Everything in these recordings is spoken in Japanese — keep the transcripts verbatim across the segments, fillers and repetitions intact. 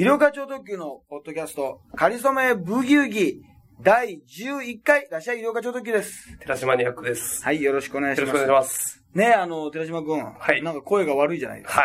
医療課長特急のポッドキャスト、かりそめブギウギだいじゅういっかい、らっしゃい医療課長特急です。 寺島にひゃくです。 はい、よろしくお願いします。 よろしくお願いします。 ねえ、あの、寺島くん。 はい。 なんか声が悪いじゃないですか。 はい。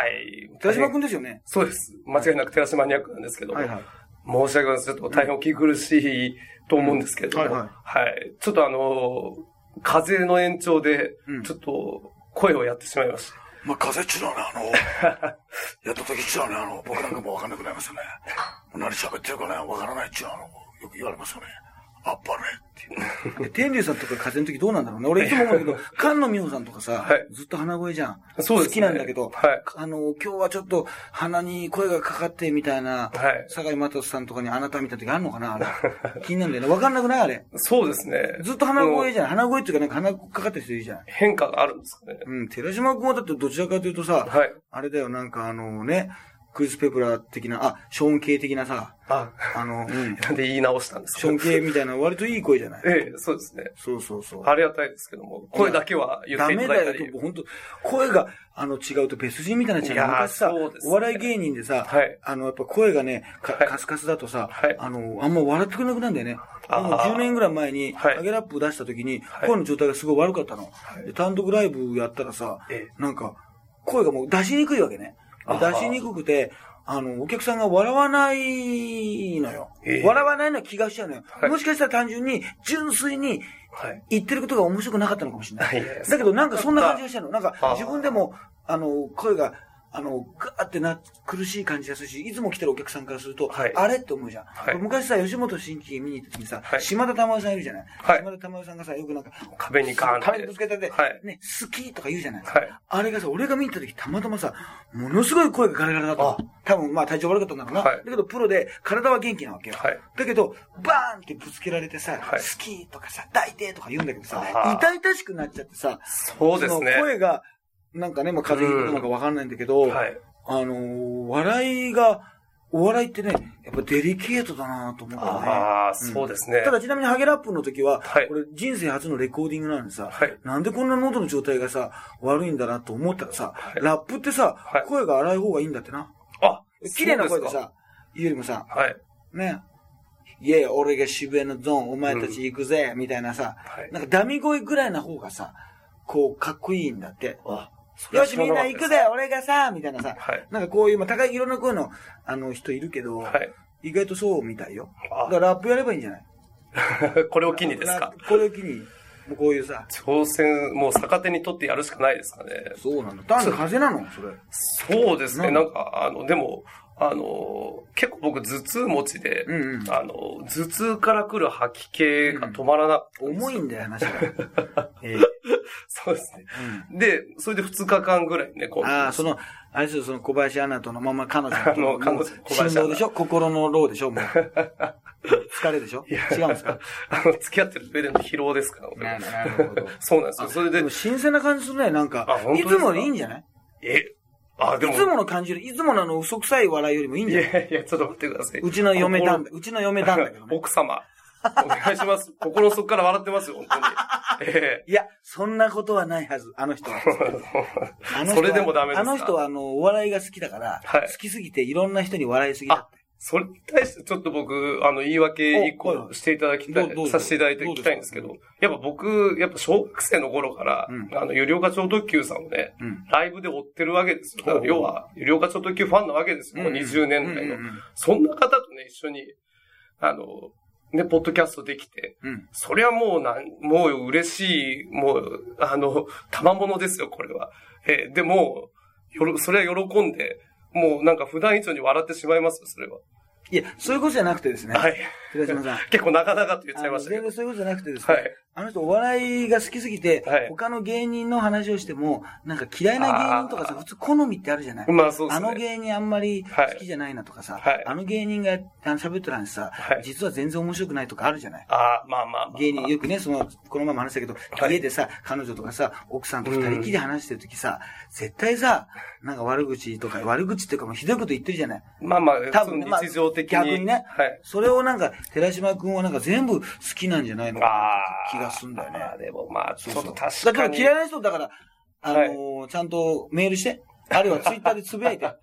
寺島くんですよね。 そうです。間違いなく寺島にひゃくなんですけども。はいはい。申し訳ございません。ちょっと大変お聞き苦しいと思うんですけれども。うん、はいはい。はい。ちょっとあの、風邪の延長で、ちょっと声をやってしまいました。 まあ、風邪っちゅうのはね、あの、やった時っちゅうのはね、あの、僕なんかもわかんなくなりますよね。何喋ってるかね、わからないっちゅうのは、あの、よく言われますよね。あっぱれっていう。 天竜さんとか風邪の時どうなんだろうね。俺いつも思うけど、菅野美穂さんとかさ、はい、ずっと鼻声じゃん。そうですね。好きなんだけど、はい、あの、今日はちょっと鼻に声がかかってみたいな、はい、坂井真人さんとかにあなたみたいな時あるのかなあれ。気になるんだよね。わかんなくないあれ。 そうですね。 ずっと鼻声じゃん。鼻声っていうかなんか鼻かかってる人いるじゃん。 変化があるんですかね。 うん。寺島君はだってどちらかというとさ、はい、あれだよ、なんかあのね、クリス・ペプラー的な、あ、ショーン系的なさ、あ、あの、うん。 なんで言い直したんですか？ ショーン系みたいな割といい声じゃない？ ええ、そうですね。 そうそうそう。 ありがたいですけども、声だけは言っていただいたり。ダメだよ、 本当声が、あの、違うと別人みたいな違う。昔さ、ね、お笑い芸人でさ、はい、あの、やっぱ声がね、かカスカスだとさ、はい、あの、あんま笑ってくれなくなるんだよね。もうじゅうねんぐらい前に、ハゲラップ出した時に、声の状態がすごい悪かったの。はい、で単独ライブやったらさ、ええ、なんか、声がもう出しにくいわけね。出しにくくて、あの、お客さんが笑わないのよ。えー、笑わないのは気がしちゃうのよ。はい、もしかしたら単純に、純粋に、言ってることが面白くなかったのかもしれない。はい、だけどなんかそんな感じがしちゃうの。なんか自分でも、あの、声が、あの、ガーってな、苦しい感じがするし、いつも来てるお客さんからすると、はい、あれって思うじゃん。はい、昔さ、吉本新喜劇見に行った時にさ、はい、島田珠代さんいるじゃない、はい、島田珠代さんがさ、よくなんか、 壁にガーンって。 壁にぶつけてて、はい、ね、好きとか言うじゃない、はい、あれがさ、俺が見に行った時たまたまさ、ものすごい声がガラガラだったの。多分、まあ体調悪かったんだろうな。はい、だけど、プロで体は元気なわけよ。はい、だけど、バーンってぶつけられてさ、はい、好きとかさ、抱いてとか言うんだけどさ、痛々しくなっちゃってさ、 そうですね。 声が、なんかね、まあ風邪ひくのかわかんないんだけど、はい、あのー、笑いが、お笑いってね、やっぱデリケートだなと思ったね。 ああ、そうですね。 ただちなみにハゲラップの時は、はい、これ人生初のレコーディングなんでさ、はい、なんでこんな喉の状態がさ、悪いんだなと思ったらさ、はい、ラップってさ、はい、声が荒い方がいいんだってな。あ、綺麗な声でさ、言うよりもさ、はい、ね、いやいや、俺が渋谷のゾーン、お前たち行くぜ、うん、みたいなさ、はい、なんかダミ声ぐらいな方がさ、こう、かっこいいんだって。あ、よしみんな行くぜ俺がさみたいなさ、はい、なんかこういう、まあ、高いいろんな声の、あの人いるけど、はい、意外とそうみたいよ。だからラップやればいいんじゃないこれを機にですか？ これを機に、もうこういうさ。 挑戦、もう逆手に取ってやるしかないですかね。 そうなんだ。単に風邪なのそれ。 そうですね。なんか、あの、でも、あの、結構僕頭痛持ちで、うんうん、あの、頭痛から来る吐き気が止まらなくて、 うん、重いんだよ、話が。 えー、そうですね、うん。で、それでふつかかんぐらいね、こう。 ああ、その、あれですよ、その小林アナとのまま彼女あの、彼女、 小林アナ。心労でしょ心の労でしょもう。疲れでしょ違うんですかあの、付き合ってる上での疲労ですから、 なるほど。 そうなんですよ。それで。でも新鮮な感じするね、なんか。いつもでいいんじゃないえあ、でも。 いつもの感じる、いつものあの嘘くさい笑いよりもいいんじゃない？ いやいや、ちょっと待ってください。 うちの嫁たんだ、うちの嫁たんだけどね。 奥様。お願いします。心の底から笑ってますよ、本当に。 えー、いや、そんなことはないはず、あの人は。 あの人はそれでもダメですか？ あの人はあの、お笑いが好きだから、はい、好きすぎていろんな人に笑いすぎだって。 それに対してちょっと僕、あの、言い訳一個していただきたい、させていただいていきたいんですけど、やっぱ僕、やっぱ小学生の頃から、うん、あの、有料課長特急さんをね、うん、ライブで追ってるわけですよ。だから要は、有料課長特急ファンなわけですよ。もうにじゅうねんだいの。そんな方とね、一緒に、あの、ね、ポッドキャストできて、うん、そりゃもうなん、もう嬉しい、もう、あの、賜物ですよ、これは。えー、でも、よろ、それは喜んで、もうなんか普段以上に笑ってしまいますよ、それは。 いや、そういうことじゃなくてですね。はい。寺島さん。 結構長々と言っちゃいましたけど。 全然そういうことじゃなくてですね。はい。あの人お笑いが好きすぎて、はい、他の芸人の話をしても、なんか嫌いな芸人とかさ、普通好みってあるじゃない。 まあそうですね。 あの芸人あんまり好きじゃないなとかさ、はい、あの芸人が喋ってる話さ、はい、実は全然面白くないとかあるじゃない。 ああ、まあまあまあ。 芸人、よくね、その、このまま話したけど、はい、家でさ、彼女とかさ、奥さんと二人きりで話してるときさ、絶対さ、なんか悪口とか、悪口っていうかもうひどいこと言ってるじゃない。 まあまあ、多分、ね、日常的に。 逆にね。はい。それをなんか、寺島くんはなんか全部好きなんじゃないのかなって気がするんだよね。 ああ、でもまあ、ちょっと確かに。 だから嫌いな人だから、あのーはい、ちゃんとメールして、あるいはツイッターでつぶやいて。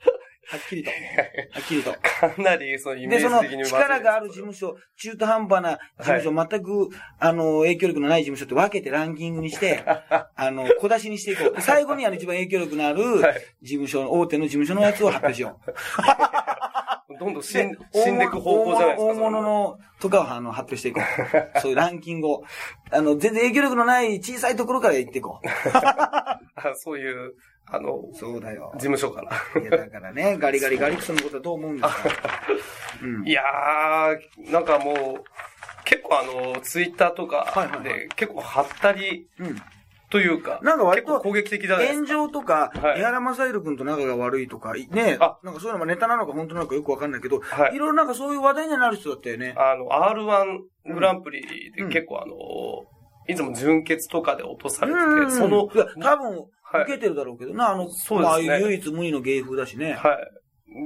はっきりと。はっきりと。 かなり、そのイメージ的にで、その力がある事務所、中途半端な事務所、はい、全く、あの、影響力のない事務所って分けてランキングにして、あの、小出しにしていこう。最後にあの一番影響力のある事務所、大手の事務所のやつを発表しよう。 どんどん死んでいく方向じゃないですか。 大物のとかをあの発表していこう。そういうランキングを。あの、全然影響力のない小さいところから言っていこう。 そういう、あの、 そうだよ。 事務所から。 いや、だからね、ガリガリガリクソンのことはどう思うんですか、 うん、いやー、なんかもう、結構あの、ツイッターとかで、はいはいはい、結構貼ったり、うんというか、 なんか割と攻撃的じゃないですか。 炎上とか、はい、江原正宏君と仲が悪いとか、ね、あ、なんかそういうのがネタなのか本当なのかよくわかんないけど、はい、いろいろなんかそういう話題になる人だったよね。 あの、アールワン グランプリで結構あの、うん、いつも準決とかで落とされてて、うん、 その、いや、多分、受けてるだろうけどな、あの、そうですね。まあ、唯一無二の芸風だしね。 はい。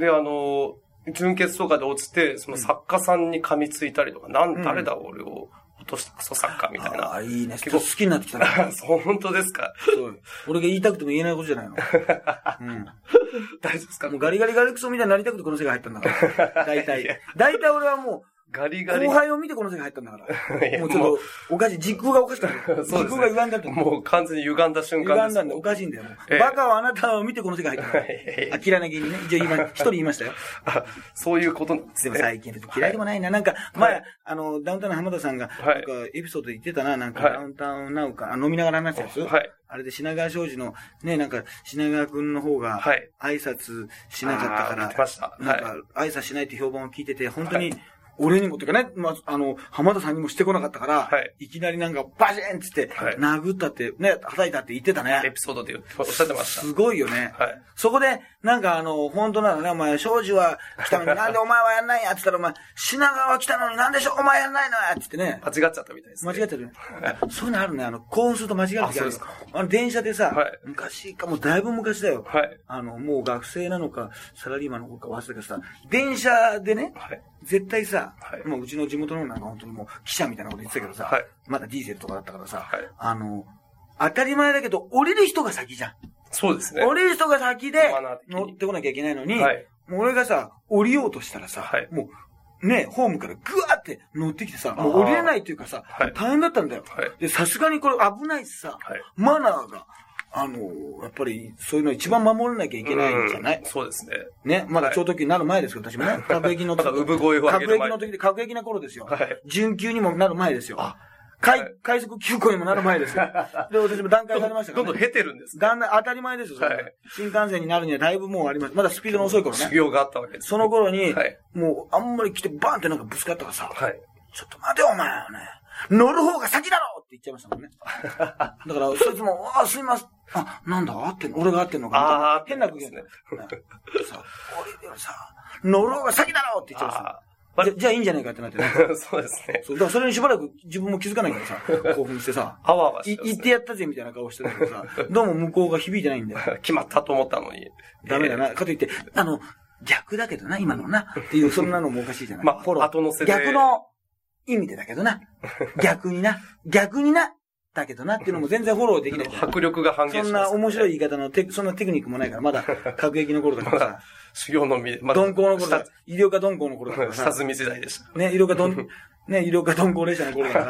で、あの、準決とかで落ちて、その作家さんに噛みついたりとか、なん、誰だ俺を。落としたクソ作家みたいな。 ああ、いいね。結構好きになってきたな。 そう、本当ですか。 そう。俺が言いたくても言えないことじゃないの。 うん。大丈夫ですか？ もうガリガリガリクソみたいになりたくてこの世界入ったんだから。大体。大体俺はもう、 ガリガリ。 後輩を見てこの世界入ったんだから。もうちょっと、おかしい。時空がおかしかった。時空が歪んだって。 もう完全に歪んだ瞬間です。 歪んだんだ。おかしいんだよ。バカはあなたを見てこの世界入ったんだ。あきらめげにね。一応今、一人言いましたよ。 そういうことなんですね。でも最近嫌いでもないな。なんか、前、あの、ダウンタウンの浜田さんが、なんか、エピソードで言ってたな。なんか、ダウンタウンナウか、飲みながら話したやつ。はい。あれで品川庄司の、ね、なんか、品川くんの方が、挨拶しなかったから、なんか、挨拶しないって評判を聞いてて、本当に、俺にもっていうかね、まあ、あの、浜田さんにもしてこなかったから、はい、いきなりなんかバシーンっつって、はい、殴ったって、ね、叩いたって言ってたね。 エピソードでおっしゃってました。 すごいよね。はい。そこで、なんかあの、本当なのね、お前、庄司は来たのになんでお前はやんないんやって言ったら、お前、品川来たのになんでしょお前やんないのやってってね。 間違っちゃったみたいですね。 間違っちゃったね。そういうのあるね。あの、興奮すると間違える時ある。 そうですか。 あの、電車でさ、はい、昔か、もうだいぶ昔だよ。はい。あの、もう学生なのか、サラリーマンの方か忘れたけどさ、電車でね、はい。絶対さ、はい、もううちの地元のなんか本当にもう記者みたいなこと言ってたけどさ、はい、まだディーゼルとかだったからさ、はい、あの、当たり前だけど降りる人が先じゃん。 そうですね。 降りる人が先で乗ってこなきゃいけないのに、はい、もう俺がさ、降りようとしたらさ、はい、もうね、ホームからグワーって乗ってきてさ、もう降りれないっていうかさ、はい、大変だったんだよ。はい、で、さすがにこれ危ないしさ、はい、マナーが、あの、やっぱり、そういうの一番守らなきゃいけないんじゃない、 うん、そうですね。 ね。まだ超特急になる前ですけど、私もね。各駅の時。 まだ産声を上げる前。 各駅の時で、各駅の頃ですよ。はい。準急にもなる前ですよ。あ、快、快速急行にもなる前ですよ。で、私も段階されましたから、ね。 どんどん経てるんです、ね。 だんだん当たり前ですよ、それ。はい。新幹線になるにはだいぶもうあります。まだスピードの遅い頃ね。 修行があったわけです、ね。 その頃に、はい。もう、あんまり来てバーンってなんかぶつかったからさ。はい。ちょっと待てよ、お前はね。乗る方が先だろって言っちゃいましたもんね。だから、そいつも、あ、すいません。あ、なんだ合ってんの俺が合ってんのかああ、変な空気ですね。さ、俺でさ、乗る方が先だろって言っちゃいました。じゃ、じゃあいいんじゃないかってなってね。 そうですね。 そう、だからそれにしばらく自分も気づかないからさ、興奮してさ、 あわあわして、 ね。言ってやったぜみたいな顔してたけどさ、どうも向こうが響いてないんだよ。 決まったと思ったのに。 ダメだな。かといって、あの、逆だけどな、今のな。っていう、そんなのもおかしいじゃない。 まあ、フォロー。後乗せで。 逆の意味でだけどな。逆にな。逆にな。だけどなっていうのも全然フォローできない。 迫力が半減します、 ね。そんな面白い言い方のテ、そんなテクニックもないから、まだ、各駅の頃だからさ。 修行の身で、 まだ。鈍行の頃だ。医療科鈍行の頃だからさ。 下積み時代でした。 ね、医療科鈍、ね、医療科鈍行列車の頃だから、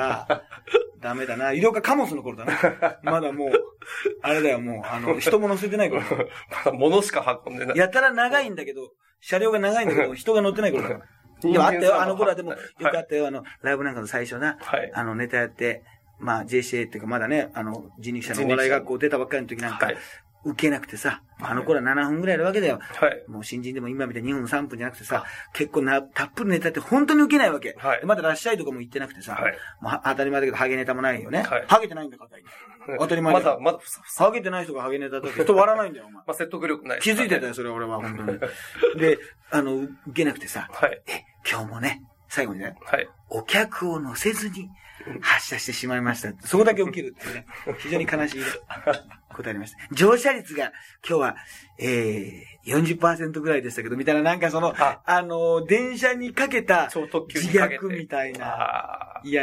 ダメだな。医療科貨物の頃だな。まだもう、あれだよ、もう、あの、人も乗せてない頃。まだ物しか運んでない。 やたら長いんだけど、車両が長いんだけど、人が乗ってない頃だから。でもあったよ、あの頃はでも、よくあったよ、あの、ライブなんかの最初な、あの、ネタやって、まあ、ジェーシーエー っていうか、まだね、あの、人力車のお笑い学校出たばっかりの時なんか、受けなくてさ、あの頃はななふんぐらいあるわけだよ。はい。もう新人でも今みたいににふんさんぷんじゃなくてさ、結構な、たっぷりネタって本当に受けないわけ。はい。まだらっしゃいとかも言ってなくてさ、はい。もう当たり前だけど、ハゲネタもないよね。はい。ハゲてないんだから、当たり前だ。 まだ、まだ、 ハゲてない人がハゲネタだって人笑わないんだよ、お前。 まあ、説得力ない。 気づいてたよ、それ俺は、本当に。で、あの、受けなくてさ、はい。え、今日もね、最後にね、はい。お客を乗せずに発車してしまいました。そこだけ起きるっていうね、非常に悲しいことありました。乗車率が今日は、えー、よんじゅっパーセント ぐらいでしたけど、みたいななんかその、あ、あの、電車にかけた自虐みたいな、嫌な。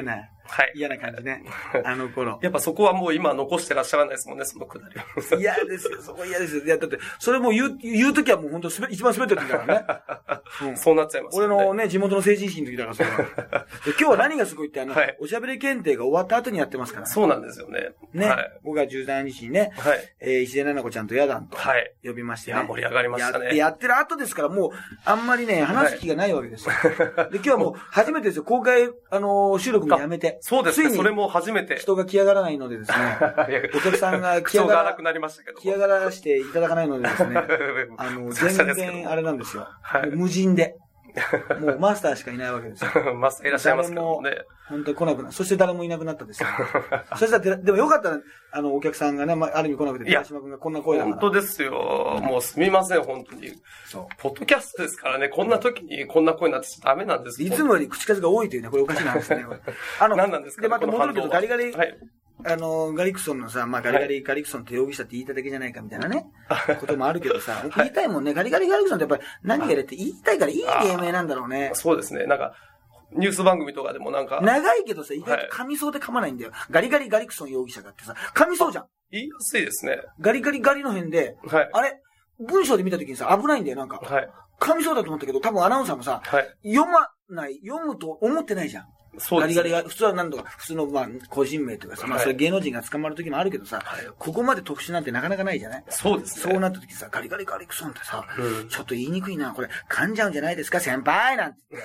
はい。嫌な感じね。あの頃。 やっぱそこはもう今残してらっしゃらないですもんね、そのくだりは。 嫌ですよ、そこ嫌ですよ。いや、だって、それもう言う、言うときはもう本当すべ、一番滑ってる時だからね。 うん、そうなっちゃいますね。俺のね、地元の成人式の時だからそれは。今日は何がすごいって、あの、はい、おしゃべり検定が終わった後にやってますから、 ね。そうなんですよね。 ね。はい、ごがつじゅうしちにちにね、はい、えー、石出奈々子ちゃんとヤダンと、はい、呼びましてね。 いや、盛り上がりましたね。 やって、やってる後ですから、もう、あんまりね、話す気がないわけですよ。はい、で、今日はもう、初めてですよ、公開、あのー、収録もやめて。 そうですね、それも初めて。 人が来上がらないのでですね、お客さんが来上がら、 なりましたけど来上がらしていただかないのでですね、あの、全然あれなんですよ。はい、無人で。もうマスターしかいないわけですよ。 マスターいらっしゃいますけどね。 本当に来なくなる。そして誰もいなくなったですよ。そしたら、でもよかったら、あの、お客さんがね、まあ、ある意味来なくて、寺島君がこんな声だから。 本当ですよ。もうすみません、本当に。そう。ポッドキャストですからね、こんな時にこんな声になってちゃダメなんですいつもより口数が多いというね、これおかしい話ですね。 あの、何なんですかで、また戻るけど、ガリガリ、はい、あの、ガリクソンのさ、まあ、ガリガリガリクソンって容疑者って言いただけじゃないかみたいなね、こともあるけどさ、言いたいもんね、ガリガリガリクソンってやっぱり何がやれって言いたいからいい芸名なんだろうね。 そうですね、なんか、ニュース番組とかでもなんか。 長いけどさ、意外と噛みそうで噛まないんだよ。はい、ガリガリガリクソン容疑者がってさ、噛みそうじゃん。 言いやすいですね。 ガリガリガリの辺で、はい、あれ、文章で見たときにさ、危ないんだよ、なんか。はい、噛みそうだと思ったけど、多分アナウンサーもさ、はい、読まない、読むと思ってないじゃん。そうですね。ガリガリが、普通は何度か、普通の、まあ、個人名というかさ、まあ、それ芸能人が捕まる時もあるけどさ、はい、ここまで特殊なんてなかなかないじゃない？ そうですね。そうなった時さ、ガリガリガリクソンってさ、うん、ちょっと言いにくいな、これ、噛んじゃうんじゃないですか、先輩なんて言って。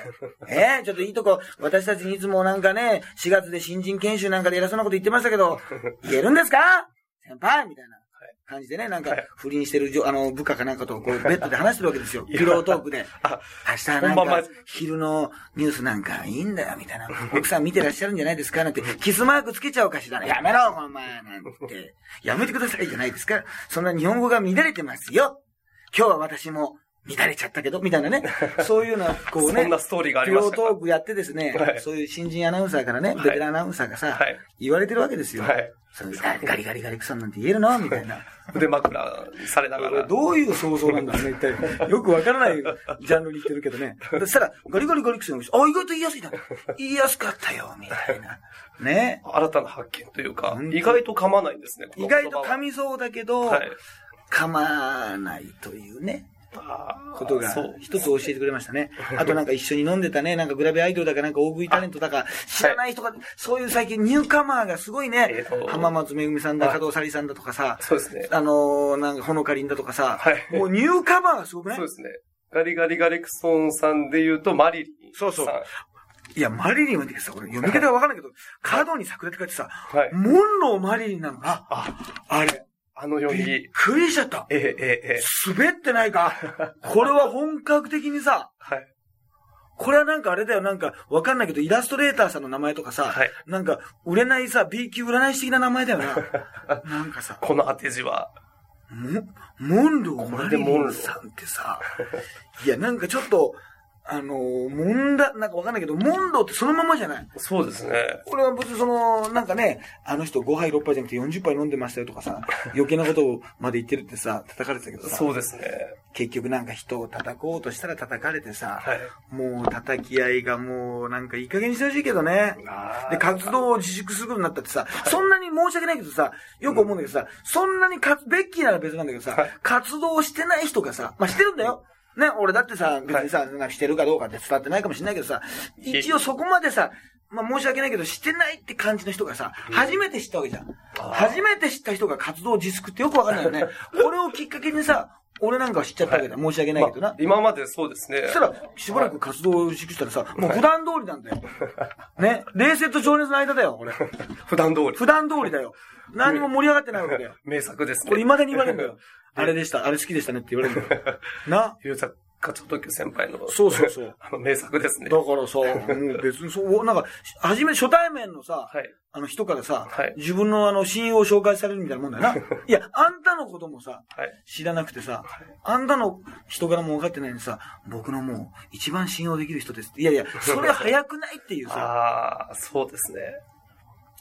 えー、ちょっといいとこ、私たちにいつもなんかね、しがつで新人研修なんかで偉そうなこと言ってましたけど、言えるんですか先輩みたいな。感じでね、なんか、不倫してる、あの、部下かなんかと、こう、ベッドで話してるわけですよ。ピロートークで。明日なんか、昼のニュースなんかいいんだよ、みたいな。奥さん見てらっしゃるんじゃないですかなんて、キスマークつけちゃおうかしらね。やめろ、お前なんて。やめてくださいじゃないですか。そんな日本語が乱れてますよ。今日は私も、乱れちゃったけど、みたいなね。そういうような、こうね。 そんなストーリーがありましたか。 ピロートークやってですね、はい、そういう新人アナウンサーからね、ベテランアナウンサーがさ、はい、言われてるわけですよ。はい、そのガリガリガリクソンなんて言えるのみたいな。 腕枕されながら。 どういう想像なんだろうね、一体。よくわからないジャンルに言ってるけどね。そしたら、ガリガリガリクソン、あ、意外と言いやすいな。言いやすかったよ、みたいな。ね。 新たな発見というか、意外と噛まないんですね。 意外と噛みそうだけど、はい、噛まないというね。ことが一つ教えてくれましたね。あとなんか一緒に飲んでたね、なんかグラビアアイドルだかなんか大食いタレントだか知らない人が、そういう最近ニューカマーがすごいね、浜松めぐみさんだ、加藤さりさんだとかさ、そうですね。あの、なんかほのかりんだとかさ、もうニューカマーがすごくね。 そうですね。ガリガリガリクソンさんで言うとマリリン。 そうそう。いや、マリリンはさ、俺読み方がわかんないけど、角に桜って書いてさ、モンローマリリンなのかあ、あれ。 あの読み。 びっくりしちゃった。ええ、ええ、滑ってないかこれは本格的にさ、はい。これはなんかあれだよ、なんかわかんないけど、イラストレーターさんの名前とかさ、はい、なんか売れないさ、B 級占い師的な名前だよな。なんかさ。 この当て字は。 も、モンローマリリンさんってさ、いや、なんかちょっと、あのー、モンダ、なんかわかんないけど、モンローってそのままじゃない？ そうですね。 これは別にその、なんかね、あの人ごはいろっぱいじゃなくてよんじゅっぱい飲んでましたよとかさ、余計なことまで言ってるってさ、叩かれてたけどさ。 そうですね。 結局なんか人を叩こうとしたら叩かれてさ、はい、もう叩き合いがもうなんかいい加減にしてほしいけどね。で、活動を自粛することになったってさ、はい、そんなに申し訳ないけどさ、よく思うんだけどさ、うん、そんなにか、ベッキーなら別なんだけどさ、はい、活動してない人がさ、まあしてるんだよ。ね、俺だってさ、別にさ、はい、してるかどうかって伝わってないかもしれないけどさ、一応そこまでさ、まあ申し訳ないけど、してないって感じの人がさ、初めて知ったわけじゃん。初めて知った人が活動自粛ってよくわかんないよね。これをきっかけにさ、俺なんかは知っちゃったわけだ。申し訳ないけどな。まあ、 今までそうですね。 そしたら、しばらく活動を自粛したらさ、もう普段通りなんだよ。ね。冷静と情熱の間だよ、俺。 普段通り。 普段通りだよ。何も盛り上がってないわけだよ。 名作ですね。 これ未だに言われるんだよ。あれでした、あれ好きでしたねって言われるんだよ。な。 ゆうさ課長特急先輩の。 そうそうそう。 あの名作ですね。 だからさ、もう別にそう、なんか、初め初対面のさ、はい、あの人からさ、はい、自分のあの親友を紹介されるみたいなもんだよな。いや、あんたのこともさ、はい、知らなくてさ、はい、あんたの人柄も分かってないのにさ、僕のもう一番信用できる人ですって。いやいや、それ早くないっていうさ。 ああ、そうですね。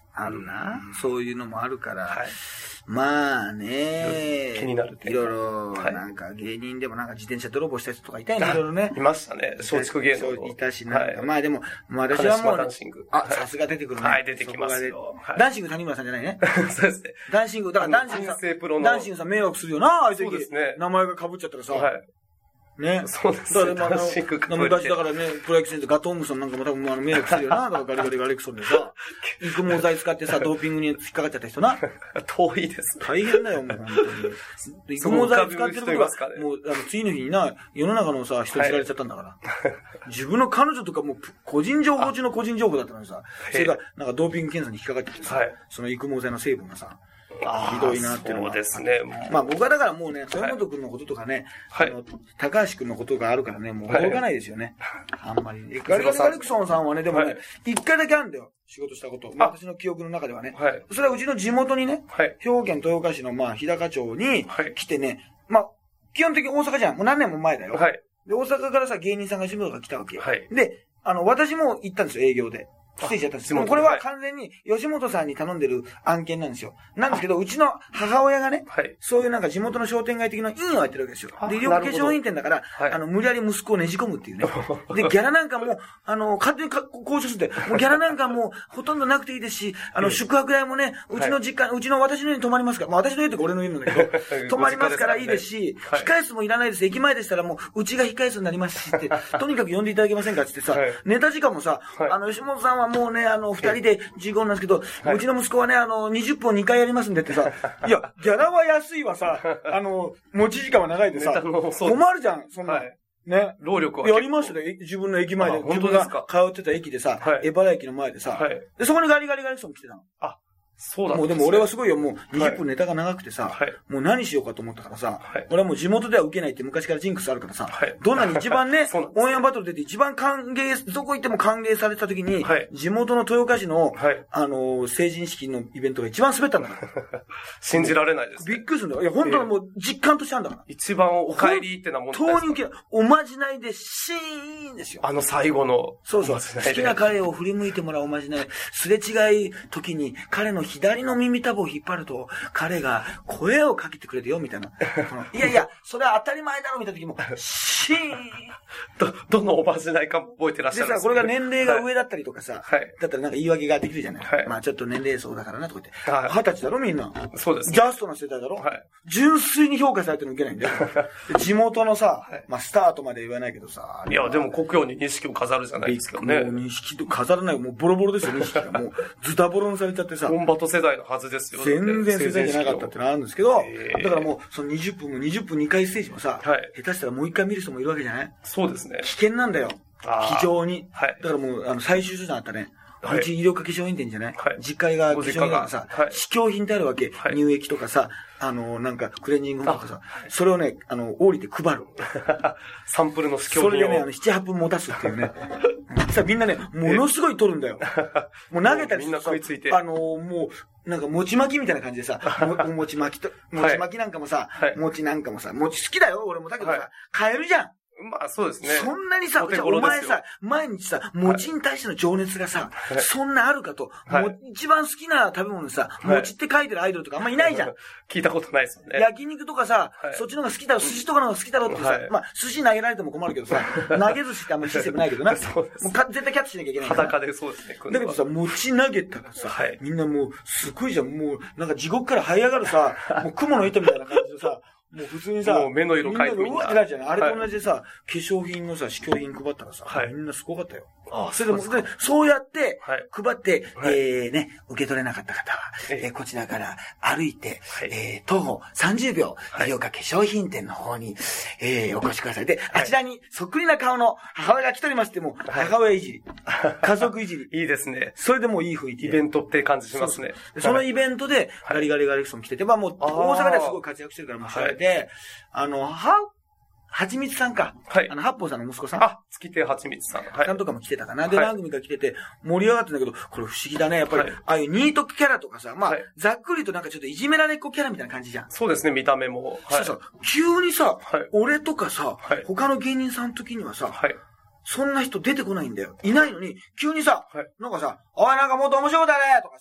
あるな。そういうのもあるから。はい、まあね。 気になるいろいろ、なんか芸人でもなんか自転車泥棒した人とかいたよね、いろいろね。 いましたね。松竹芸能の。 いたし、なんか、まあでも、私はもう、あ、さすが出てくるね。 はい、出てきますよ。 ダンシング谷村さんじゃないね。 そうですね。 ダンシング、だからダンシングさん、ダンシングさん迷惑するよな、あいつ。そうですね。名前が被っちゃったらさ。はい。ね。 そうですね。ダンシングかぶって。 昔だからね、プロ野球選手ガトームさんなんかも多分あの迷惑するよな。だからガリガリガレクソンでさ、育毛剤使ってさ、ドーピングに引っかかっちゃった人な。 遠いですね。 大変だよ、もう本当に。育毛剤使ってることが、もう、あの、次の日にな、世の中のさ、人に知られちゃったんだから。自分の彼女とかもう、個人情報中の個人情報だったのにさ、それが、なんかドーピング検査に引っかかっちゃってさ、その育毛剤の成分がさ、ひどいなっていうのは。 そうですね。 まあ僕はだからもうね、豊本くんのこととかね、はい、あの高橋くんのことがあるからね、もう驚かないですよね。はい、あんまり。ガリガリガリクソンさんはね、でもね、一、はい、回だけあるんだよ。仕事したこと。私の記憶の中ではね。はい、それはうちの地元にね、はい、兵庫県豊岡市のまあ日高町に来てね、まあ基本的に大阪じゃん。もう何年も前だよ。はい、で、大阪からさ、芸人さんが地元が来たわけよ。はい、で、あの、私も行ったんですよ、営業で。ステージやったんですよ。これは完全に吉本さんに頼んでる案件なんですよ。なんですけど、うちの母親がね、はい、そういうなんか地元の商店街的な委員をやってるわけですよ。で、医療化粧品店だから、はい、あの、無理やり息子をねじ込むっていうね。で、ギャラなんかも、あの、勝手に交渉するって、もうギャラなんかもほとんどなくていいですし、あの、宿泊代もね、うちの実家、はい、うちの私の家に泊まりますから、まあ私の家とか俺の家なんだけど、泊まりますからいいですし、はい、控え室もいらないです。駅前でしたらもう、うちが控え室になりますしって、とにかく呼んでいただけませんかってってさ、はい、ネタ時間もさ、はい、あの、吉本さんはもうね、あの、二人でじゅうごふんなんですけど、はい、うちの息子はね、あの、にじゅっぷんにかいやりますんでってさ、いや、ギャラは安いわさ、あの、持ち時間は長いでさ、困るじゃん、そんな。はい、ね。 労力は。 やりましたね、自分の駅前で。自分が通ってた駅でさ、はい、エバラ駅の前でさ、はい、で、そこにガリガリガリクソン来てたの。あ、 そうだ、ね。 もうでも俺はすごいよ、もうにじゅっぷんネタが長くてさ、はい、もう何しようかと思ったからさ、はい、俺はもう地元では受けないって昔からジンクスあるからさ、はい、どんなに一番ね、オンエアバトル出て一番歓迎、どこ行っても歓迎された時に、はい、地元の豊岡市の、はい、あのー、成人式のイベントが一番滑ったんだから。 信じられないです、 ね。びっくりするんだよ。いや、本当にもう実感としてあるんだから。 一番お帰りってなもんですか。本当に受けない。おまじないでシーンですよ。 あの最後の。 そうそう。好きな彼を振り向いてもらうおまじない。すれ違い時に彼の左の耳たぶを引っ張ると、彼が声をかけてくれるよ、みたいな。いやいや、それは当たり前だろ、みたいな時も、シーンど、どのおまじないか覚えてらっしゃるんですか？ でさ、これが年齢が上だったりとかさ、はい、だったらなんか言い訳ができるじゃない。はい、まあちょっと年齢層だからな、とか言って。はい、二十歳だろ、みんな。 そうです、ね。 ジャストな世代だろ。はい、純粋に評価されてるのいけないんだよ。地元のさ、まあスターとまで言わないけどさ。 いや、でも故郷に錦を飾るじゃないですかね。 もう錦と飾らない、もうボロボロですよ、錦が。もうズタボロにされちゃってさ。 コンバト世代のはずですよ。 全然世代じゃなかったってのあるんですけど、だからもう、そのにじゅっぷんもにじゅっぷんにかいステージもさ、はい、下手したらもう一回見る人もいるわけじゃない？ そうですね。 危険なんだよ。非常に。はい、だからもう、あの、最終手段あったね。はい、うち医療化粧品店じゃない、はい、実家が化粧品店がさ、はい、試供品ってあるわけ、はい。乳液とかさ、あの、なんか、クレンジングとかさ、それをね、あの、降りて配る。 サンプルの試供品を。 それでね、あの、なな、はっぷん持たすっていうね。さ、みんなね、ものすごい取るんだよ。もう投げたりしてさ、あの、もう、なんか、餅巻きみたいな感じでさ、も餅巻きと、餅巻きなんかもさ、はい、餅なんかもさ、餅好きだよ、俺も。だけどさ、はい、買えるじゃん。 まあそうですね。 そんなにさ、お, お前さ、毎日さ、餅に対しての情熱がさ、はい、そんなあるかと、はい、一番好きな食べ物にさ、はい、餅って書いてるアイドルとかあんまいないじゃん。 聞いたことないですよね。 焼肉とかさ、はい、そっちの方が好きだろ、寿司とかの方が好きだろってさ、はい、まあ寿司投げられても困るけどさ、投げ寿司ってあんまりシステムないけどな。そうです。もうか絶対キャッチしなきゃいけないから。 裸でそうですね。 だけどさ、餅投げたらさ、はい、みんなもう、すごいじゃん、もう、なんか地獄から這い上がるさ、もう雲の糸みたいな感じでさ、もう普通にさ、 もう目の色変えてみんな。 うわってなるじゃない。あれと同じでさ、はい、化粧品のさ、試供品配ったらさ、はい、みんなすごかったよ。ああ、それでも、で、そうやって、配って、はい、えー、ね、受け取れなかった方は、えー、こちらから歩いて、はい、えー、徒歩さんじゅうびょう、医療化化粧品店の方に、えー、お越しください。で、はい、あちらにそっくりな顔の母親が来ておりますっても、はい、母親いじり。家族いじり。 いいですね。 それでもういい雰囲気。 イベントって感じしますね。 そ, そのイベントで、ガリガリガリクソン来てて、まあもう、大阪ではすごい活躍してるからもう知られて、はい、あの、は、はちみつさんか。はい。あの、八方さんの息子さん。 あ、月亭はちみつさん。 はい。さんとかも来てたかな。で、何組か来てて、盛り上がってんだけど、これ不思議だね。やっぱり、はい、ああいうニートキャラとかさ、まあ、はい、ざっくりとなんかちょっといじめられっ子キャラみたいな感じじゃん。 そうですね、見た目も。 はい。そうそう。急にさ、はい、俺とかさ、はい、他の芸人さんの時にはさ、はい。そんな人出てこないんだよ。いないのに、急にさ、はい、なんかさ、おいなんかもっと面白いだねとかさ、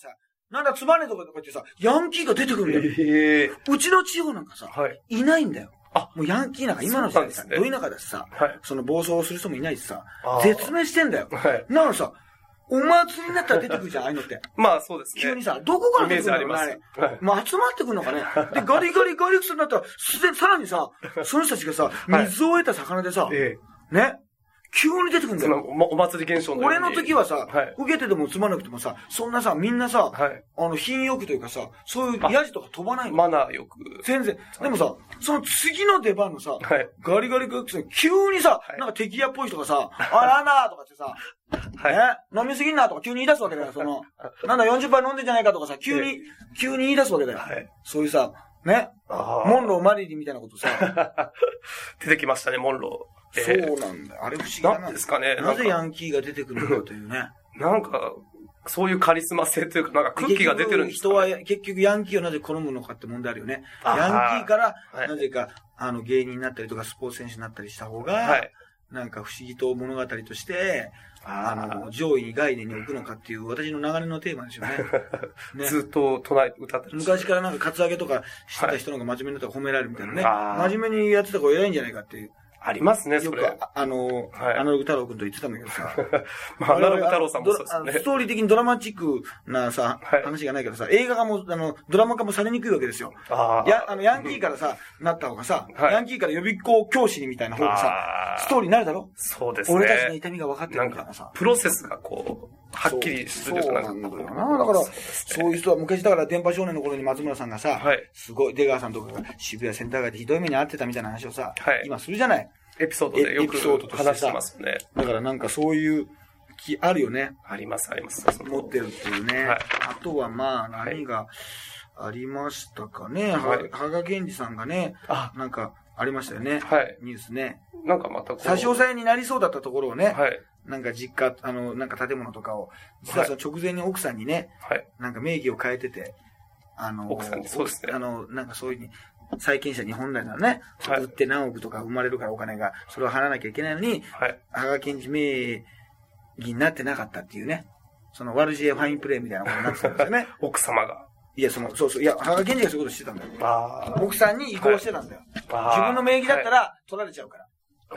なんだ、つばねとかとか言ってさ、ヤンキーが出てくるんだよ。へー。うちの地方なんかさ、はい、いないんだよ。あ、もうヤンキーなんか今の時代さ、ど田舎だしさ、はい、その暴走する人もいないしさ、絶命してんだよ。はい。なのさ、お祭りになったら出てくるじゃん、ああいうのって。 まあそうですね。 急にさ、どこから出てくるのかね。はい。まあ集まってくるのかね。で、ガリガリガリクソになったら、すでにさらにさ、その人たちがさ、水を得た魚でさ、はい、ね。急に出てくるんだよ。 お祭り現象の。 俺の時はさ、はい、受けててもつまなくてもさ、そんなさ、みんなさ、はい、あの、品よくというかさ、そういうヤジとか飛ばないの。 マナーよく。 全然。でもさ、その次の出番のさ、はい、ガリガリガリクソ急にさ、はい、なんか敵屋っぽい人がさ、あらなーとかってさ、はい、ね、飲みすぎんなとか急に言い出すわけだよ、その、なんだよんじゅっぱい飲んでんじゃないかとかさ、急に、急に言い出すわけだよ。はい、そういうさ、ね、モンロー・マリリンみたいなことさ。 出てきましたね、モンロー。 そうなんだよ。あれ不思議だな。 なんですかね。 なぜヤンキーが出てくるのかというね。 なんか、そういうカリスマ性というか、なんか空気が出てるんですかね。 人は、結局ヤンキーをなぜ好むのかって問題あるよね。ヤンキーから、なぜか、あの、芸人になったりとか、スポーツ選手になったりした方が、はい、なんか不思議と物語として、あの、上位に概念に置くのかっていう私の流れのテーマですよね。 ね、ずっと唱え、歌ってる。 昔からなんかカツアゲとかしてた人の方が真面目になったら褒められるみたいなね。真面目にやってた方が偉いんじゃないかっていう。 ありますね、それ。 よく、あの、はい、アナログ太郎くんと言ってたんだけどさ。 まあ、アナログ太郎さんもそうですね。 ストーリー的にドラマチックなさ、はい、話がないけどさ、映画化も、あの、ドラマ化もされにくいわけですよ。あや、あの、ヤンキーからさ、うん、なった方がさ、はい、ヤンキーから予備校教師にみたいな方がさ、ストーリーになるだろ？ そうですね。 俺たちの痛みが分かってるみたいなさ。 プロセスがこう、はっきりするとかなんだよな。だから、そういう人は昔だから電波少年の頃に松村さんがさ、はい、すごい、出川さんとかが渋谷センター街でひどい目に遭ってたみたいな話をさ、はい、今するじゃない。 エピソードでよく話してますね。 だからなんかそういう気あるよね。 あります、あります。 持ってるっていうね。はい、あとはまあ何がありましたかね。はい、羽賀健二さんがね、なんかありましたよね。はい、ニュースね。 なんかまたこう。 差し押さえになりそうだったところをね、はい、なんか実家、あの、なんか建物とかを、実はその直前に奥さんにね、はい、なんか名義を変えてて、あの、 奥さんにそうですね。 あの、なんかそういうに、債権者に本来ならね、はい、売って何億とか生まれるからお金が、それを払わなきゃいけないのに、はい、羽賀健二名義になってなかったっていうね、その悪知恵ファインプレーみたいなことになってたんですよね。 奥様が。 いや、その、そうそう、いや、羽賀健二がそういうことしてたんだよ。あ奥さんに移行してたんだよ。はい、自分の名義だったら取られちゃうから。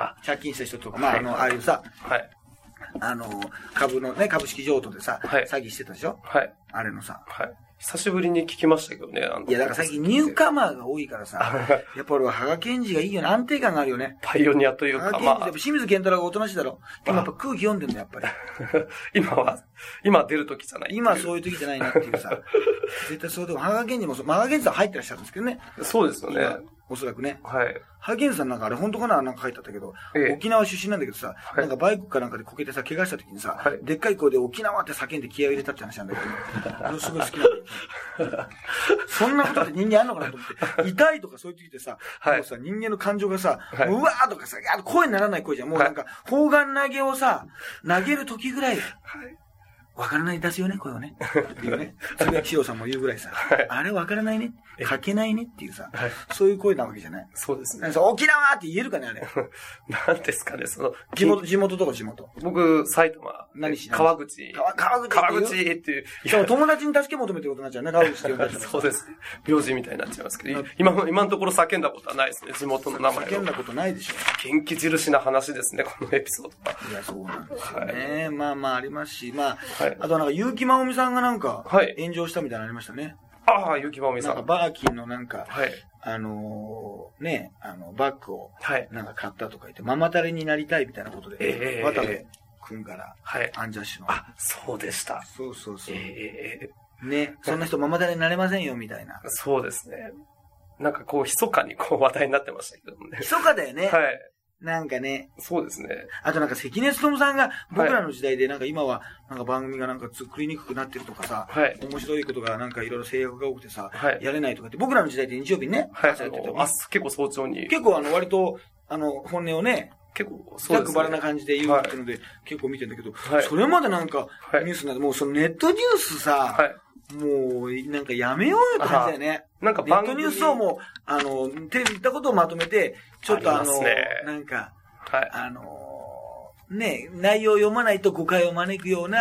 はい、借金した人とか、まあ、あの、ああいうさ、はい、あの、株のね、株式譲渡でさ、はい、詐欺してたでしょ。はい、あれのさ。はい久しぶりに聞きましたけどね。 あのいや、だから最近ニューカマーが多いからさ、やっぱ俺は羽賀健二がいいよね。安定感があるよね。 パイオニアというか、 羽賀健二、まあ、清水健太郎がおとなしいだろ。今やっぱ空気読んでんだよ、やっぱり。 今は、今出る時じゃない。 今そういう時じゃないなっていうさ。絶対そうでも、羽賀健二もそう、羽賀健二さん入ってらっしゃるんですけどね。 そうですよね。 おそらくね。はい。羽賀健二さんなんかあれ本当かななんか書いてあったけど、ええ、沖縄出身なんだけどさ、はい、なんかバイクかなんかでこけてさ、怪我した時にさ、はい、でっかい声で沖縄って叫んで気合を入れたって話なんだけど、すごい好きなんだよ。そんなことって人間あんのかなと思って、痛いとかそういう時ってさ、はい、もうさ、人間の感情がさ、はい、うわーとかさ、声にならない声じゃん。もうなんか、砲丸投げをさ、投げる時ぐらい、はいわからない出すよね、声をね。っていうね。それは岸尾さんも言うぐらいさ、はい、あれわからないね、書けないねっていうさ、はい、そういう声なわけじゃない。 そうですね。 沖縄って言えるかね、あれ。 なんですかね、その、 地元、地元とか地元。 僕、埼玉。 何し川口。 川、川口川口っていう。 そう、友達に助け求めてることになっちゃうね、川口って言われたら。 そうですね。名字みたいになっちゃいますけど、今の、今のところ叫んだことはないですね、地元の名前を。 叫んだことないでしょ。 元気印な話ですね、このエピソードは。 いや、そうなんですよね。はい、まあまあありますし、まあ、はい、あとなんか、結城まおみさんがなんか、炎上したみたいなのありましたね。 ああ、結城まおみさん。 なんかバーキンのなんか、はい、あのー、ね、あの、バッグを、なんか買ったとか言って、ママタレになりたいみたいなことで、えー、渡部くんから、はい、アンジャッシュの。 あ、そうでした。 そうそうそう。えー、ね、そんな人ママタレになれませんよ、みたいな。 そうですね。なんかこう、密かにこう話題になってましたけどね。 密かだよね。はい。なんかね。 そうですね。 あとなんか関根勤さんが僕らの時代でなんか今はなんか番組がなんか作りにくくなってるとかさ、はい、面白いことがなんかいろいろ制約が多くてさ、はい、やれないとかって僕らの時代で日曜日にね、 はい、朝やってたあ結構早朝に。 結構あの割とあの本音をね、 結構そうですね。 バラな感じで言うっていうので、はい、結構見てんだけど、はい、それまでなんかニュースになって、もうそのネットニュースさ、はいもう、なんかやめようよって感じだよね。なんか番組ネットニュースをもう、あの、テレビ言ったことをまとめて、ちょっとあの、あなんか、はい、あのー、ね、内容を読まないと誤解を招くような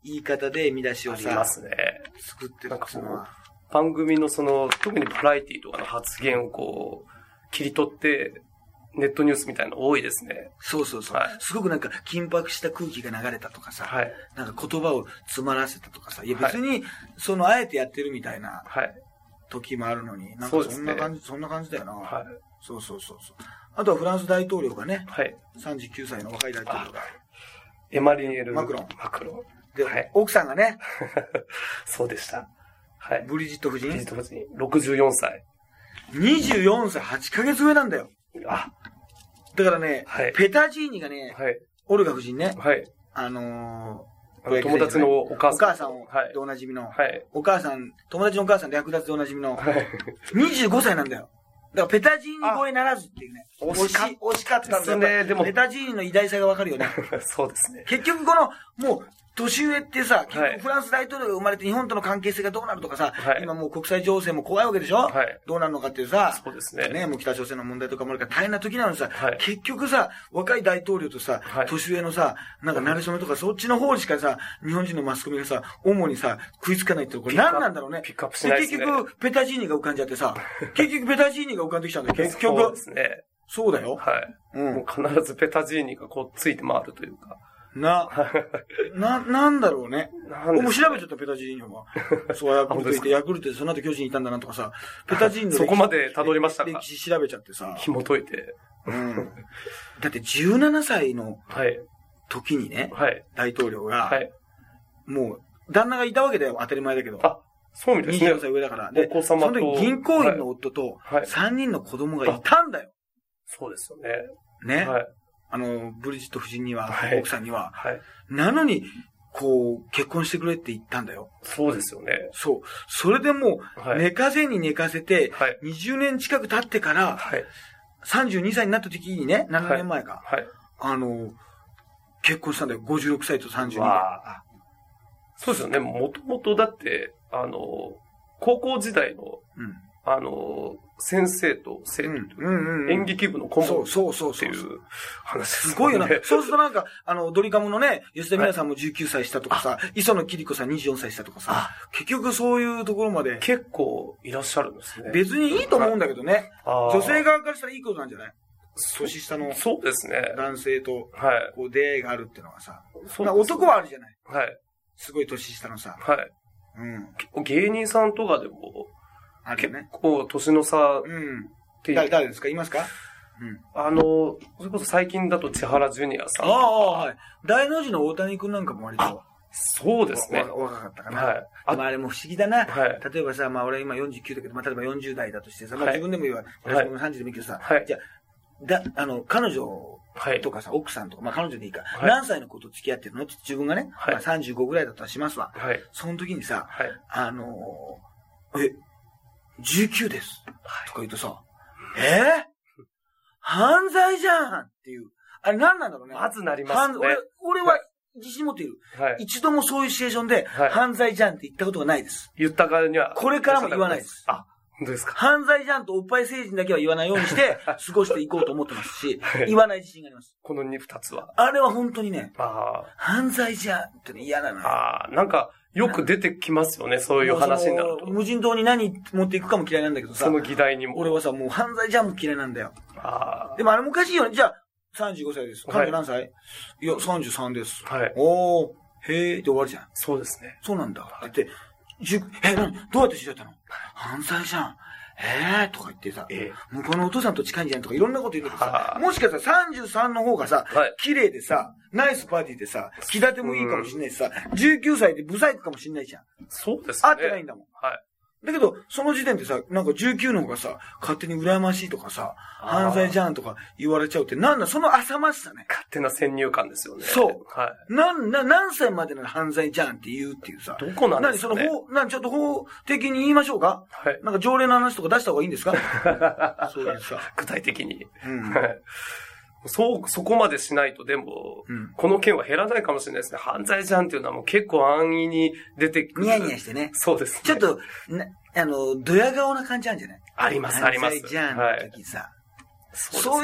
言い方で見出しをさ、 ありますね。 作ってるっていうのは。 番組のその、特にバラエティとかの発言をこう、切り取って、ネットニュースみたいなの多いですね。 そうそうそう。はい、すごくなんか緊迫した空気が流れたとかさ、はい、なんか言葉を詰まらせたとかさ、いや別に、そのあえてやってるみたいな時もあるのに、なんかそんな感じ、そんな感じだよな。はい、そうそうそうそう。あとはフランス大統領がね、はい、さんじゅうきゅうさいの若い大統領が、 エマリエル・マクロン。 マクロン。 で、はい、奥さんがね、 そうでした。はい。 ブリジット夫人。 ブリジット夫人。ろくじゅうよんさい。 にじゅうよんさい、はちかげつ上なんだよ。 あ、 だからね、はい、ペタジーニがね、はい、オルガ夫人ね、はい、あのー、友達のお母さん。 お母さんを、はい、でおなじみの、はい、お母さん、友達のお母さんで略奪でおなじみの、はい、にじゅうごさいなんだよ。だからペタジーニ超えならずっていうね。惜しか惜しかったんだよね。でもペタジーニの偉大さがわかるよね。 そうですね。 結局この、もう、年上ってさ、結局フランス大統領が生まれて日本との関係性がどうなるとかさ、はい、今もう国際情勢も怖いわけでしょ、はい、どうなるのかっていうさ、 そうですね。 ね、もう北朝鮮の問題とかもあるから大変な時なのにさ、はい、結局さ、若い大統領とさ、はい、年上のさ、なんか慣れ初めとかそっちの方しかさ、日本人のマスコミがさ、主にさ、食いつかないってこれ何なんだろうね。 ピックアップしないですね。 結局、ペタジーニが浮かんじゃってさ、結局ペタジーニが浮かんできちゃうんだよ、結局。 そうですね。 そうだよ。 はい。うん。もう必ずペタジーニがこうついて回るというか。 な、な、なんだろうね。もう調べちゃった、ペタジーニは。そう、ヤクルトいて、ヤクルトでその後巨人にいたんだなとかさ、ペタジーニのそこまで辿りましたか。 歴史調べちゃってさ。 紐解いて。 うん。だってじゅうななさいの時にね、はい、大統領が、はい、もう、旦那がいたわけだよ、当たり前だけど。 あ、そうみたいですね。 にじゅうよんさい上だから。で、 お子様とその時銀行員の夫とさんにんの子供がいたんだよ。 そうですよね。 ね。はい。あの、ブリジット夫人には、はい、奥さんには、はい、なのに、こう、結婚してくれって言ったんだよ。 そうですよね。 そう。それでもう、寝かせに寝かせて、はい、にじゅうねん近く経ってから、はい、さんじゅうにさいになった時にね、ななねんまえか、はいはい、あの、結婚したんだよ。ごじゅうろくさいとさんじゅうにで。 そうですよね。もともとだって、あの、高校時代の、うん、あの、先生と生徒という演劇部の顧問っていう話すごいよな。そうするとなんか、あの、ドリカムのね、吉田美奈さんもじゅうきゅうさいしたとかさ、磯野桐子さんにじゅうよんさいしたとかさ、結局そういうところまで。 結構いらっしゃるんですね。 別にいいと思うんだけどね。女性側からしたらいいことなんじゃない？年下の。 そうですね。 男性と、こう出会いがあるっていうのはさ。男はあるじゃない。はい。すごい年下のさ。はい。 うん。結構芸人さんとかでも、 あるよね。 結構、年の差っていう。誰、誰ですか？いますか？ うん。あの、それこそ最近だと千原ジュニアさん。 ああ、はい。大の字の大谷くんなんかも割と。 そうですね。 若かったかな。はい。あ、まああれも不思議だな。はい。例えばさ、まあ俺今よんじゅうきゅうだけど、まあ例えばよんじゅうだいだとしてさ、まあ自分でも言うわ。私もさんじゅうでもいいけどさ。はい。じゃあ、だ、あの、彼女とかさ、奥さんとか、まあ彼女でいいか。何歳の子と付き合ってるのって自分がね、まあさんじゅうごぐらいだったらしますわ。はい。その時にさ、はい。あの、え、じゅうきゅうです。とか言うとさ、えー、犯罪じゃんっていう。あれ何なんだろうね。 まずなりますね。 俺、俺は自信持っている。はい。一度もそういうシチュエーションで、犯罪じゃんって言ったことがないです。 言ったからには。 これからも言わないです。 あ、本当ですか。 犯罪じゃんとおっぱい成人だけは言わないようにして、過ごしていこうと思ってますし、言わない自信があります。 この二つは。 あれは本当にね、あ犯罪じゃんってね、嫌だな。 ああ、なんか、よく出てきますよね、そういう話になると。 無人島に何持っていくかも嫌いなんだけどさ。 その議題にも。 俺はさ、もう犯罪じゃんも嫌いなんだよ。ああ。でもあれもおかしいよね。じゃあ、さんじゅうごさいです。彼女何歳？いや、さんじゅうさんです。はい。おー、へーって終わるじゃん。 そうですね。 そうなんだ。って言って、え、何どうやって知り合ったの？犯罪じゃん。えーとか言ってさ、えー、向こうのお父さんと近いんじゃんとかいろんなこと言うんだけどさ、もしかしたらさんじゅうさんの方がさ、はい、綺麗でさ、ナイスパーティーでさ、気立てもいいかもしれないしさ、じゅうきゅうさいでブサイクかもしれないじゃん。 そうですね。 合ってないんだもん。はい。だけど、その時点でさ、なんかじゅうきゅうの方がさ、勝手に羨ましいとかさ、犯罪じゃんとか言われちゃうって、なんだ、その浅ましさね。 勝手な先入観ですよね。 そう。はい。なん、な、何歳までの犯罪じゃんって言うっていうさ。 どこなんですかね。 何、その法、何、ちょっと法的に言いましょうか？はい。なんか条例の話とか出した方がいいんですか？そういうさ。 具体的に。うん。そう、そこまでしないと、でも、うん、この件は減らないかもしれないですね。犯罪じゃんっていうのはもう結構安易に出てくる。 ニヤニヤしてね。 そうですね。 ちょっと、な、あの、ドヤ顔な感じなんじゃない？ あります、あります。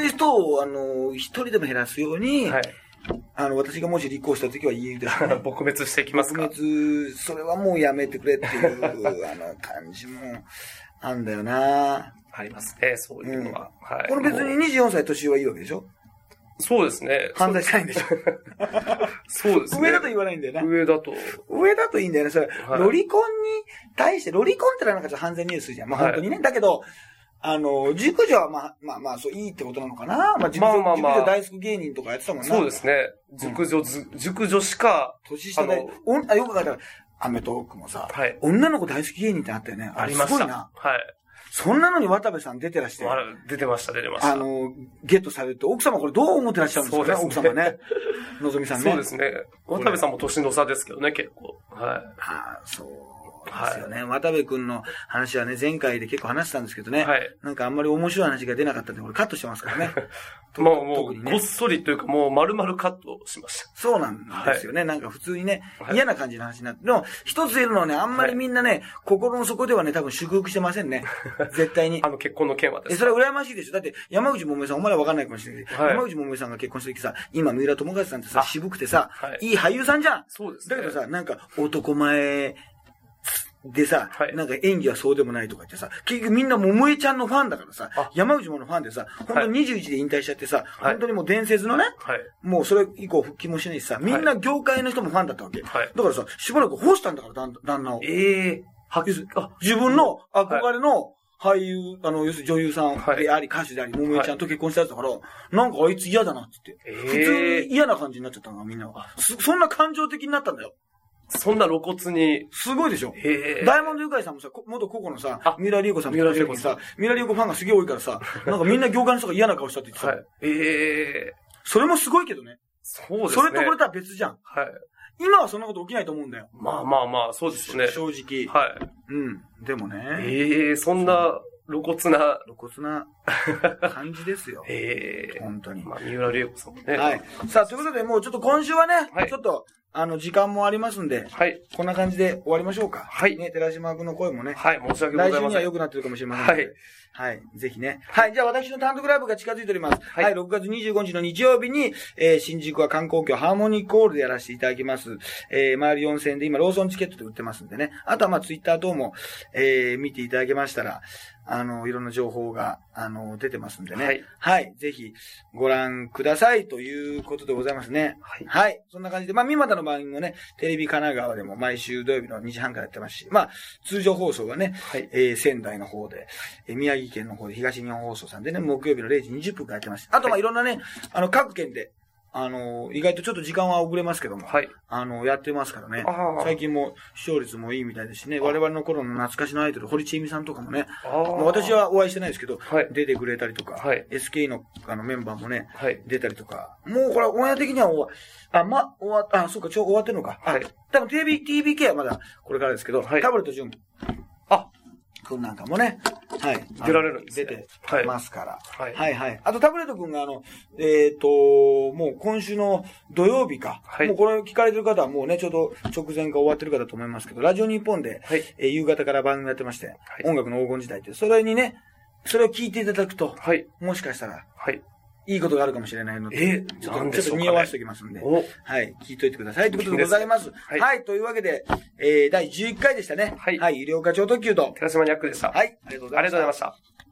犯罪じゃんの時さ。はい、そう、そういう人を、あの、一人でも減らすように、はい、 あの、私がもし立候補した時は言うですね。 撲滅していきますか？ 撲滅、それはもうやめてくれっていう、あの、感じも、あんだよな。 ありますね、そういうのは。 うん、はい。これ別ににじゅうよんさい年上はいいわけでしょ？ そうですね。 犯罪しないんでしょ？ そうですね。 上だと言わないんだよね。 上だと。 上だといいんだよね。それ、はい、ロリコンに対して、ロリコンってのはなんかちょっと犯罪ニュースじゃん。まあ本当にね。はい、だけど、あの、熟女はまあ、まあまあ、そう、いいってことなのかな。まあ、熟女、まあまあまあ、熟女大好き芸人とかやってたもんな。 そうですね。熟女、うん、熟女しか。 年下で、おん、あ、よく書いたら、アメトークもさ、はい、女の子大好き芸人ってあったよね。 ありました。すごいな。 はい。 そんなのに渡部さん出てらして。 出てました、出てました。 あの、ゲットされると、奥様これどう思ってらっしゃるんですかね、奥様ね。のぞみさんね。 そうですね。渡部さんも年の差ですけどね、結構。はい。 ああ、そう。ですよね。はい、渡部くんの話はね、前回で結構話したんですけどね。はい。なんかあんまり面白い話が出なかったんで、これカットしてますからね。 もう、もう、ね、ごっそりというか、もう丸々カットしました。 そうなんですよね。はい、なんか普通にね、はい、嫌な感じの話になって。でも、一つ言えるのはね、あんまりみんなね、はい、心の底ではね、多分祝福してませんね。絶対に。 あの結婚の件はです。 え、それは羨ましいでしょ。だって、山口百恵さん、お前らわかんないかもしれないけど、はい、山口百恵さんが結婚した時さ、今、三浦友和さんってさ、渋くてさ、はい、いい俳優さんじゃん。 そうですね。 だけどさ、なんか、男前、でさ、はい、なんか演技はそうでもないとか言ってさ、結局みんな桃江ちゃんのファンだからさ、山口ものファンでさ、本当ににじゅういちで引退しちゃってさ、はい、本当にもう伝説のね、はい、もうそれ以降復帰もしないしさ、みんな業界の人もファンだったわけ。はい、だからさ、しばらく干したんだから、旦旦那を。 ええー。 はっきり自分の憧れの俳優、あの、要するに女優さんであり、歌手であり、桃江ちゃんと結婚したやつだから、なんかあいつ嫌だなって言って、えー、普通に嫌な感じになっちゃったのがみんなが。そんな感情的になったんだよ。 そんな露骨に。 すごいでしょ。へダイヤモンドユカイさんもさ、元ココのさ、三浦理恵子さんも結婚してさ、三浦理恵子ファンがすげえ多いからさ、なんかみんな業界の人が嫌な顔したって言ってた。はい。ええー。それもすごいけどね。 そうですね。 それとこれとは別じゃん。はい。今はそんなこと起きないと思うんだよ。 まあまあまあ、そうですね。 正直。はい。うん。でもね。 ええー、そんな露骨な。 露骨な感じですよ。 ええー。 本当に。 まあ、三浦理恵子さんもね。 はい。さあ、ということで、もうちょっと今週はね、はい、ちょっと、あの、時間もありますんで、はい。こんな感じで終わりましょうか。はい。ね、寺島君の声もね。 はい、申し訳ございません。 来週には良くなってるかもしれませんので。はい。はい。ぜひね。はい。じゃあ私の単独ライブが近づいております。はい。はい、ろくがつにじゅうごにちの日曜日に、えー、新宿は観光協ハーモニックホールでやらせていただきます。えー、周りよんせんえんで今ローソンチケットで売ってますんでね。あとはまあツイッター等も、えー、見ていただけましたら、あの、いろんな情報が、あの、出てますんでね。はい。はい。ぜひ、ご覧くださいということでございますね。はい。はい。そんな感じで、まあ、三股の番組もね、テレビ神奈川でも毎週土曜日のにじはんからやってますし、まあ、通常放送がね、はい。えー、仙台の方で、えー、宮城県の方で東日本放送さんでね、木曜日のれいじにじゅっぷんからやってます。あと、まあ、いろんなね、あの、各県で、あの、意外とちょっと時間は遅れますけども、はい。あの、やってますからね。最近も視聴率もいいみたいですしね、我々の頃の懐かしのアイドル、堀ちえみさんとかもね、私はお会いしてないですけど、はい、出てくれたりとか、はい、エスケー のあのメンバーもね、はい、出たりとか、もうこれオンエア的には終わ、あ、ま、終わ、あ、そうか、ちょ、終わってるのか。はい。多分 ティービー、ティービーケー はまだこれからですけど、はい、タブレット順。あ、くんなんかもね、はい。 出られるんですね。 出てますから。はい。はいはい。あとタブレットくんがあの、えっと、もう今週の土曜日か。はい。もうこれ聞かれてる方はもうね、ちょうど直前か終わってるかだと思いますけど、ラジオ日本で、はい。えー、夕方から番組やってまして、はい。音楽の黄金時代って、それにね、それを聞いていただくと、はい。もしかしたら、はい。いいことがあるかもしれないので、えー、ちょっと、ね、ちょっと匂わしておきますんで、はい、聞いといてください。ということでございます。はい、はい、というわけで、えー、だいじゅういっかいでしたね。はい。はい、医療課長特急と、 寺島ニャックでした。 はい、ありがとうございました。 ありがとうございました。